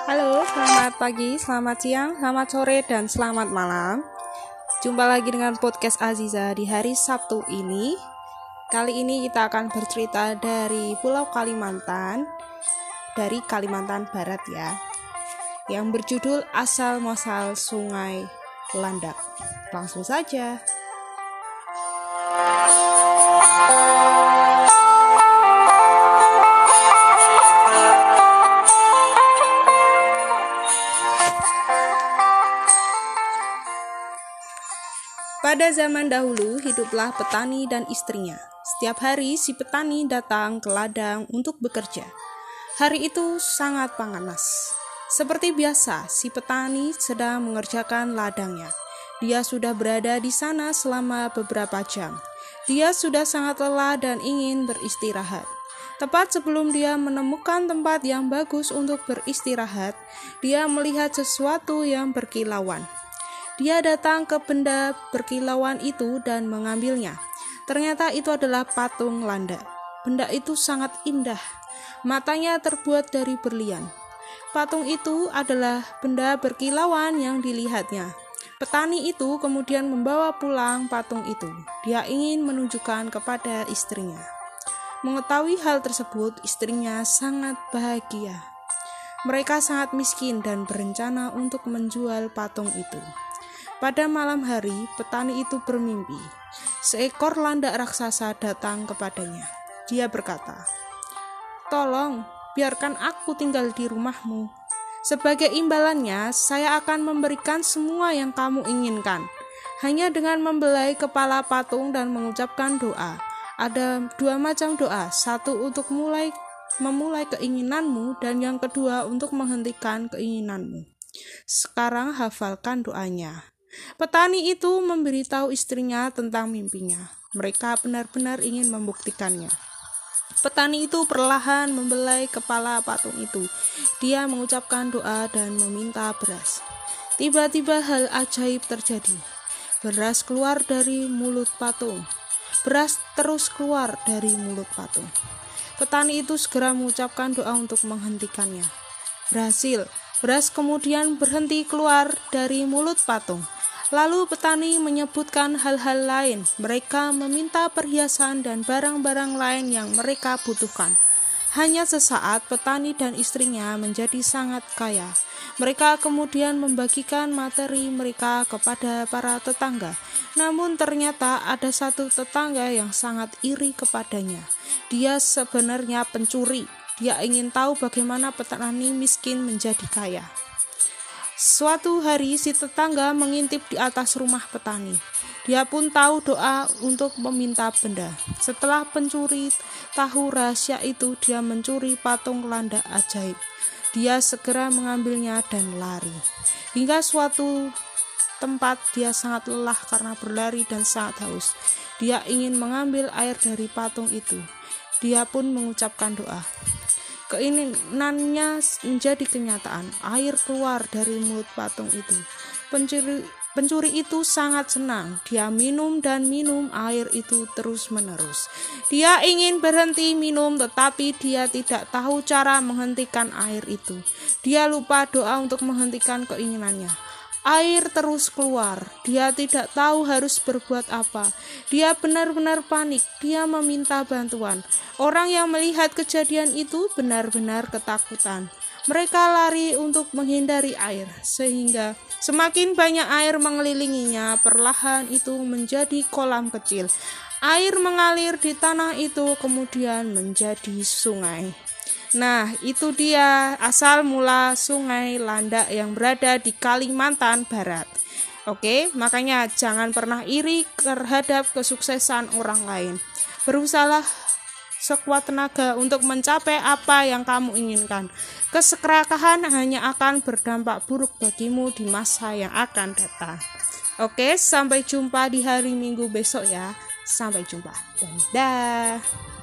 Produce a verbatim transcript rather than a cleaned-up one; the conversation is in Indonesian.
Halo, selamat pagi, selamat siang, selamat sore, dan selamat malam. Jumpa lagi dengan podcast Aziza di hari Sabtu ini. Kali ini kita akan bercerita dari Pulau Kalimantan, dari Kalimantan Barat ya, yang berjudul Asal Muasal Sungai Landak. Langsung saja. Pada zaman dahulu, hiduplah petani dan istrinya. Setiap hari, si petani datang ke ladang untuk bekerja. Hari itu sangat panas. Seperti biasa, si petani sedang mengerjakan ladangnya. Dia sudah berada di sana selama beberapa jam. Dia sudah sangat lelah dan ingin beristirahat. Tepat sebelum dia menemukan tempat yang bagus untuk beristirahat, dia melihat sesuatu yang berkilauan. Dia datang ke benda berkilauan itu dan mengambilnya. Ternyata itu adalah patung landak. Benda itu sangat indah. Matanya terbuat dari berlian. Patung itu adalah benda berkilauan yang dilihatnya. Petani itu kemudian membawa pulang patung itu. Dia ingin menunjukkan kepada istrinya. Mengetahui hal tersebut, istrinya sangat bahagia. Mereka sangat miskin dan berencana untuk menjual patung itu. Pada malam hari, petani itu bermimpi. Seekor landak raksasa datang kepadanya. Dia berkata, "Tolong, biarkan aku tinggal di rumahmu. Sebagai imbalannya, saya akan memberikan semua yang kamu inginkan. Hanya dengan membelai kepala patung dan mengucapkan doa. Ada dua macam doa, satu untuk mulai memulai keinginanmu dan yang kedua untuk menghentikan keinginanmu. Sekarang hafalkan doanya." Petani itu memberitahu istrinya tentang mimpinya. Mereka benar-benar ingin membuktikannya. Petani itu perlahan membelai kepala patung itu. Dia mengucapkan doa dan meminta beras. Tiba-tiba hal ajaib terjadi. Beras keluar dari mulut patung. Beras terus keluar dari mulut patung. Petani itu segera mengucapkan doa untuk menghentikannya. Berhasil. Beras kemudian berhenti keluar dari mulut patung. Lalu petani menyebutkan hal-hal lain. Mereka meminta perhiasan dan barang-barang lain yang mereka butuhkan. Hanya sesaat petani dan istrinya menjadi sangat kaya. Mereka kemudian membagikan materi mereka kepada para tetangga. Namun ternyata ada satu tetangga yang sangat iri kepadanya. Dia sebenarnya pencuri. Dia ingin tahu bagaimana petani miskin menjadi kaya. Suatu hari si tetangga mengintip di atas rumah petani. Dia pun tahu doa untuk meminta benda. Setelah pencuri tahu rahasia itu, dia mencuri patung landak ajaib. Dia segera mengambilnya dan lari. Hingga suatu tempat dia sangat lelah karena berlari dan sangat haus. Dia ingin mengambil air dari patung itu. Dia pun mengucapkan doa. Keinginannya menjadi kenyataan. Air keluar dari mulut patung itu. Pencuri, pencuri itu sangat senang. Dia minum dan minum air itu terus-menerus. Dia ingin berhenti minum, tetapi dia tidak tahu cara menghentikan air itu. Dia lupa doa untuk menghentikan keinginannya. Air terus keluar. Dia tidak tahu harus berbuat apa. Dia benar-benar panik. Dia meminta bantuan. Orang yang melihat kejadian itu benar-benar ketakutan. Mereka lari untuk menghindari air, sehingga semakin banyak air mengelilinginya, perlahan itu menjadi kolam kecil. Air mengalir di tanah itu, kemudian menjadi sungai. Nah, itu dia asal mula Sungai Landak yang berada di Kalimantan Barat. Oke, makanya jangan pernah iri terhadap kesuksesan orang lain. Berusahalah sekuat tenaga untuk mencapai apa yang kamu inginkan. Keserakahan hanya akan berdampak buruk bagimu di masa yang akan datang. Oke, sampai jumpa di hari Minggu besok ya. Sampai jumpa. Dadah.